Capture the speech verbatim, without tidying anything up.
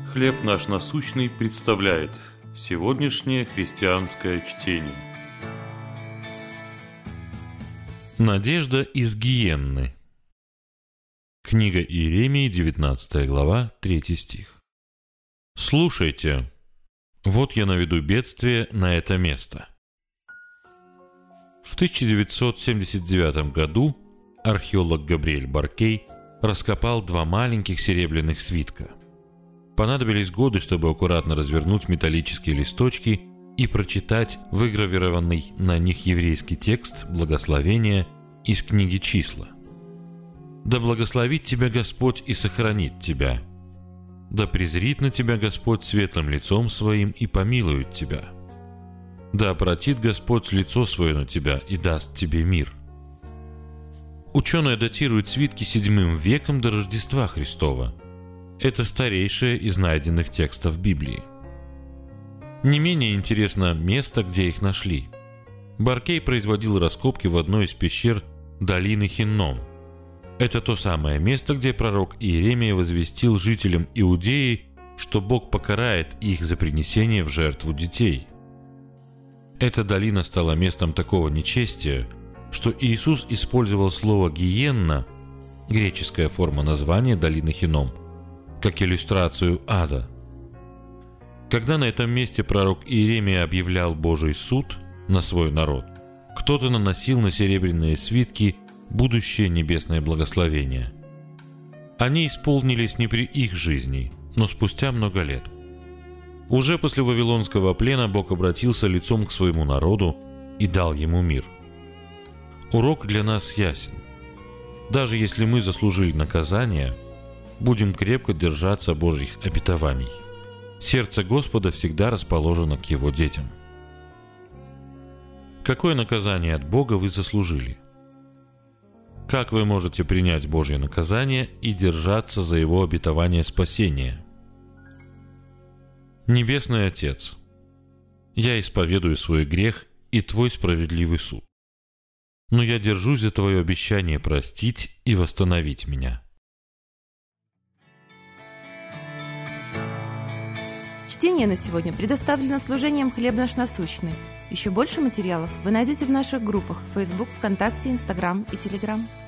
«Хлеб наш насущный» представляет сегодняшнее христианское чтение. Надежда из Гиенны. Книга Иеремии, девятнадцатая глава, третий стих. «Слушайте, вот я наведу бедствие на это место». В тысяча девятьсот семьдесят девятом году археолог Габриэль Баркей раскопал два маленьких серебряных свитка. Понадобились годы, чтобы аккуратно развернуть металлические листочки и прочитать выгравированный на них еврейский текст благословения из книги «Числа». «Да благословит тебя Господь и сохранит тебя. Да презрит на тебя Господь светлым лицом своим и помилует тебя. Да обратит Господь лицо свое на тебя и даст тебе мир». Ученые датируют свитки седьмым веком до Рождества Христова. Это старейшее из найденных текстов Библии. Не менее интересно место, где их нашли. Баркей производил раскопки в одной из пещер долины Хинном. Это то самое место, где пророк Иеремия возвестил жителям Иудеи, что Бог покарает их за принесение в жертву детей. Эта долина стала местом такого нечестия, что Иисус использовал слово «гиенна», греческая форма названия долины Хинном, как иллюстрацию ада. Когда на этом месте пророк Иеремия объявлял Божий суд на свой народ, кто-то наносил на серебряные свитки будущее небесное благословение. Они исполнились не при их жизни, но спустя много лет. Уже после Вавилонского плена Бог обратился лицом к своему народу и дал ему мир. Урок для нас ясен. Даже если мы заслужили наказание, будем крепко держаться Божьих обетований. Сердце Господа всегда расположено к Его детям. Какое наказание от Бога вы заслужили? Как вы можете принять Божье наказание и держаться за Его обетование спасения? Небесный Отец, я исповедую свой грех и Твой справедливый суд. Но я держусь за Твое обещание простить и восстановить меня. Чтение на сегодня предоставлено служением «Хлеб наш насущный». Еще больше материалов вы найдете в наших группах Facebook, ВКонтакте, Инстаграм и Телеграм.